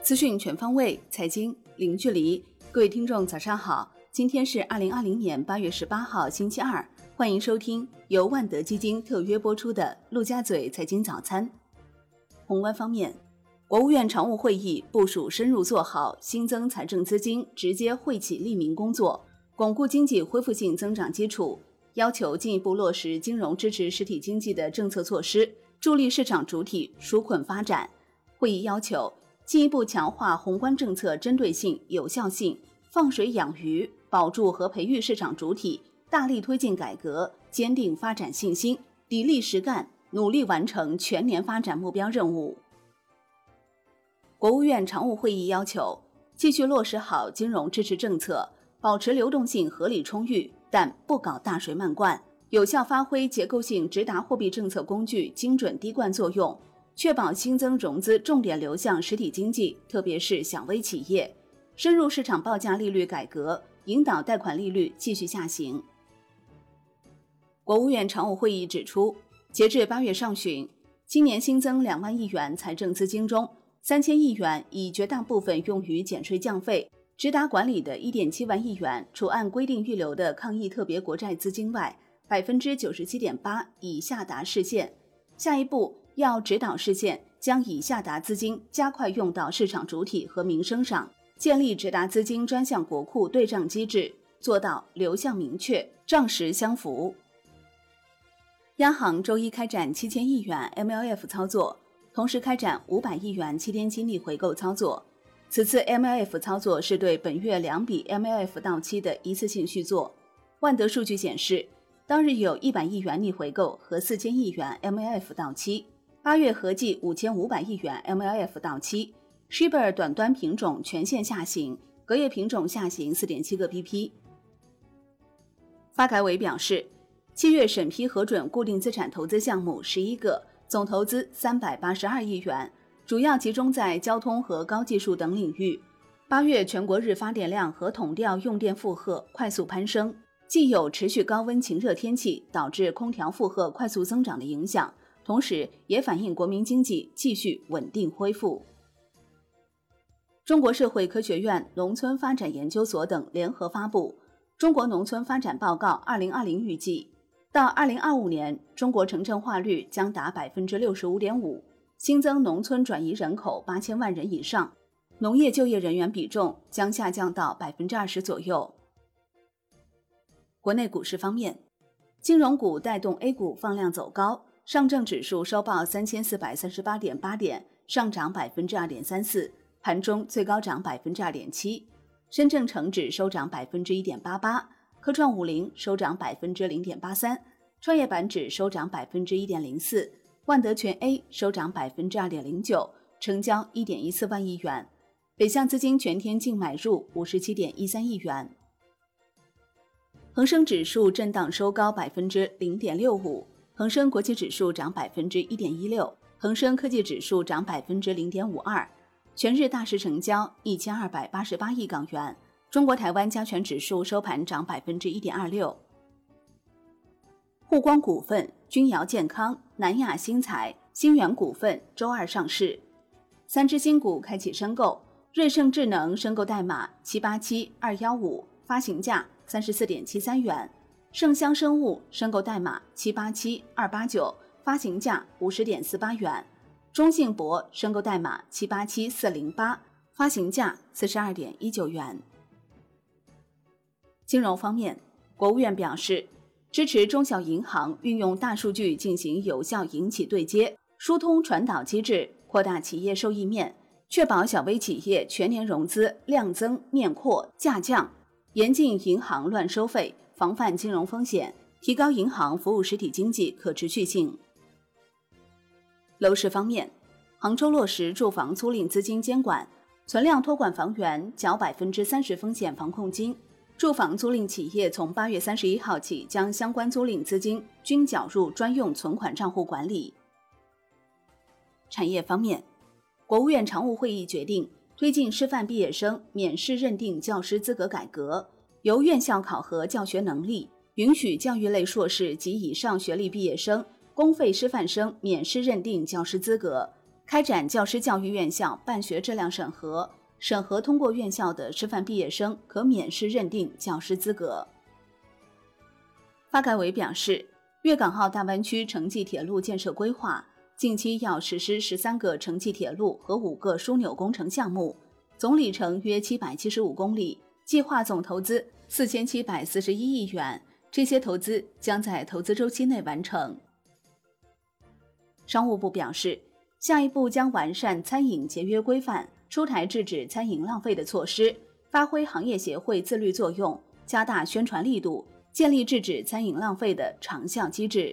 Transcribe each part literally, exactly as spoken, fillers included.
资讯全方位，财经零距离。各位听众早上好，今天是二零二零年八月十八号星期二，欢迎收听由万德基金特约播出的陆家嘴财经早餐。宏观方面，国务院常务会议部署深入做好新增财政资金直接惠企利民工作，巩固经济恢复性增长基础，要求进一步落实金融支持实体经济的政策措施，助力市场主体纾困发展。会议要求进一步强化宏观政策针对性、有效性，放水养鱼，保住和培育市场主体，大力推进改革，坚定发展信心，砥砺实干，努力完成全年发展目标任务。国务院常务会议要求继续落实好金融支持政策，保持流动性合理充裕，但不搞大水漫灌，有效发挥结构性直达货币政策工具精准滴灌作用，确保新增融资重点流向实体经济，特别是小微企业，深入市场报价利率改革，引导贷款利率继续下行。国务院常务会议指出，截至八月上旬，今年新增两万亿元财政资金中，三千亿元以绝大部分用于减税降费，直达管理的 一点七万亿元，除按规定预留的抗疫特别国债资金外， 百分之九十七点八 已下达市县。下一步要指导市县将已下达资金加快用到市场主体和民生上，建立直达资金专项国库对账机制，做到流向明确，账实相符。央行周一开展七千亿元 M L F 操作，同时开展五百亿元七天期逆回购操作。此次 M L F 操作是对本月两笔 M L F 到期的一次性续作。万德数据显示，当日有一百亿元逆回购和四千亿元 M L F 到期，八月合计五千五百亿元 M L F 到期。Shibor 短端品种全线下行，隔夜品种下行 四点七个 B P。 发改委表示，七月审批核准固定资产投资项目十一个，总投资三百八十二亿元，主要集中在交通和高技术等领域。八月全国日发电量和统调用电负荷快速攀升，既有持续高温晴热天气导致空调负荷快速增长的影响，同时也反映国民经济继续稳定恢复。中国社会科学院农村发展研究所等联合发布《中国农村发展报告二零二零》，预计到二零二五年，中国城镇化率将达 百分之六十五点五， 新增农村转移人口八千万人以上，农业就业人员比重将下降到 百分之二十 左右。国内股市方面，金融股带动 A 股放量走高，上证指数收报 三千四百三十八点八点，上涨 百分之二点三四， 盘中最高涨 百分之二点七。 深证成指收涨 百分之一点八八， 科创五零收涨 百分之零点八三， 创业板指收涨 百分之一点零四， 万德全 A 收涨 百分之二点零九， 成交 一点一四万亿元，北向资金全天净买入 五十七点一三亿元。恒生指数震荡收高 百分之零点六五， 恒生国企指数涨 百分之一点一六， 恒生科技指数涨 百分之零点五二，全日大市成交一千二百八十八亿港元，中国台湾加权指数收盘涨 百分之一点二六。 沪光股份、君瑶健康、南亚新材、新源股份周二上市。三只新股开启申购，瑞盛智能申购代码七八七二一五，发行价 三十四点七三元，盛香生物申购代码七八七二八九，发行价 五十点四八元，中信博申购代码七八七四零八，发行价 四十二点一九元。金融方面，国务院表示，支持中小银行运用大数据进行有效银企对接，疏通传导机制，扩大企业受益面，确保小微企业全年融资量增面扩价降，严禁银行乱收费，防范金融风险，提高银行服务实体经济可持续性。楼市方面，杭州落实住房租赁资金监管，存量托管房源缴 百分之三十 风险防控金，住房租赁企业从八月三十一号起将相关租赁资金均缴入专用存款账户管理。产业方面，国务院常务会议决定推进师范毕业生免试认定教师资格改革，由院校考核教学能力，允许教育类硕士及以上学历毕业生公费师范生免试认定教师资格， 开展教师教育院校办学质量审核，审核通过院校的师范毕业生可免试认定教师资格。发改委表示，粤港澳大湾区城际铁路建设规划近期要实施十三个城际铁路和五个枢纽工程项目，总里程约七百七十五公里，计划总投资四千七百四十一亿元，这些投资将在投资周期内完成。商务部表示，下一步将完善餐饮节约规范，出台制止餐饮浪费的措施，发挥行业协会自律作用，加大宣传力度，建立制止餐饮浪费的长效机制。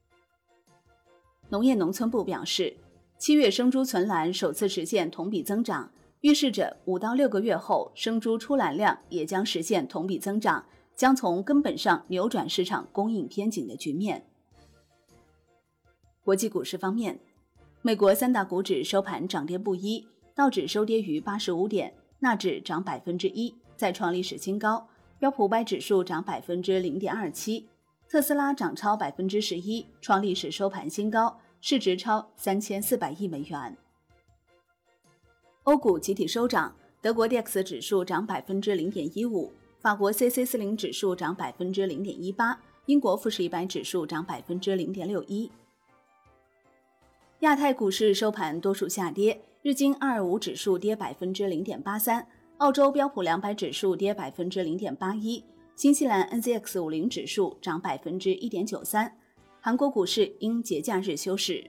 农业农村部表示，七月生猪存栏首次实现同比增长，预示着五到六个月后生猪出栏量也将实现同比增长，将从根本上扭转市场供应偏紧的局面。国际股市方面，美国三大股指收盘涨跌不一，道指收跌于八十五点，纳指涨百分之一，再创历史新高，标普五百指数涨百分之零点二七，特斯拉涨超百分之十一，创历史收盘新高，市值超三千四百亿美元。欧股集体收涨，德国 D A X 指数涨百分之零点一五，法国 C C 四十 指数涨百分之零点一八，英国富时一百指数涨百分之零点六一。亚太股市收盘多数下跌，日经二二五指数跌百分之零点八三，澳洲标普两百指数跌百分之零点八一，新西兰 N Z X 五十 指数涨百分之一点九三。韩国股市因节假日休市。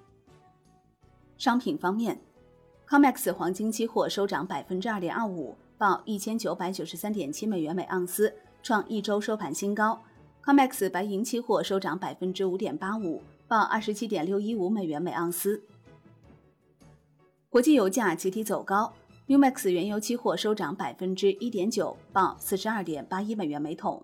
商品方面 ，C O M E X 黄金期货收涨百分之二点二五，报一千九百九十三点七美元每盎司，创一周收盘新高。C O M E X 白银期货收涨百分之五点八五。报二十七点六一五美元每盎司。国际油价集体走高 ，N Y M E X 原油期货收涨百分之一点九，报四十二点八一美元每桶。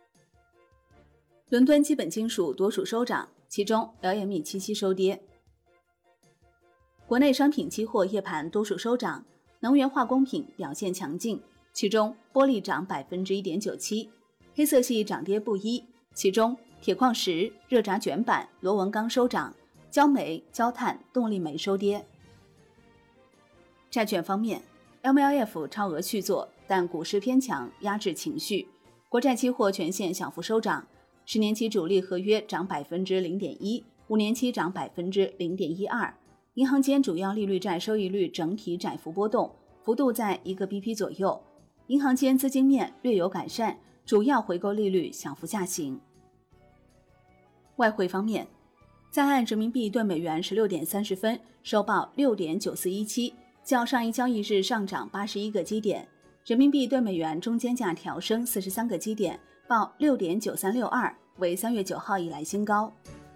伦敦基本金属多数收涨，其中 L M E 七七收跌。国内商品期货夜盘多数收涨，能源化工品表现强劲，其中玻璃涨百分之一点九七，黑色系涨跌不一，其中铁矿石、热轧卷板、螺纹钢收涨，焦煤、焦炭、动力煤收跌。债券方面 ，M L F 超额续作，但股市偏强，压制情绪。国债期货全线小幅收涨，十年期主力合约涨百分之零点一，五年期涨百分之零点一二。银行间主要利率债收益率整体窄幅波动，幅度在一个 B P 左右。银行间资金面略有改善，主要回购利率小幅下行。外汇方面，在岸人民币对美元十六点三十分收报六点九四一七，较上一交易日上涨八十一个基点，人民币对美元中间价调升四十三个基点，报六点九三六二，为三月九号以来新高。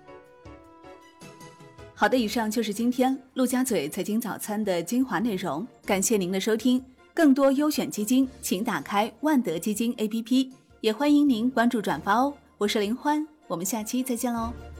好的，以上就是今天陆家嘴财经早餐的精华内容，感谢您的收听。更多优选基金，请打开万德基金 A P P， 也欢迎您关注转发哦。我是林欢，我们下期再见喽。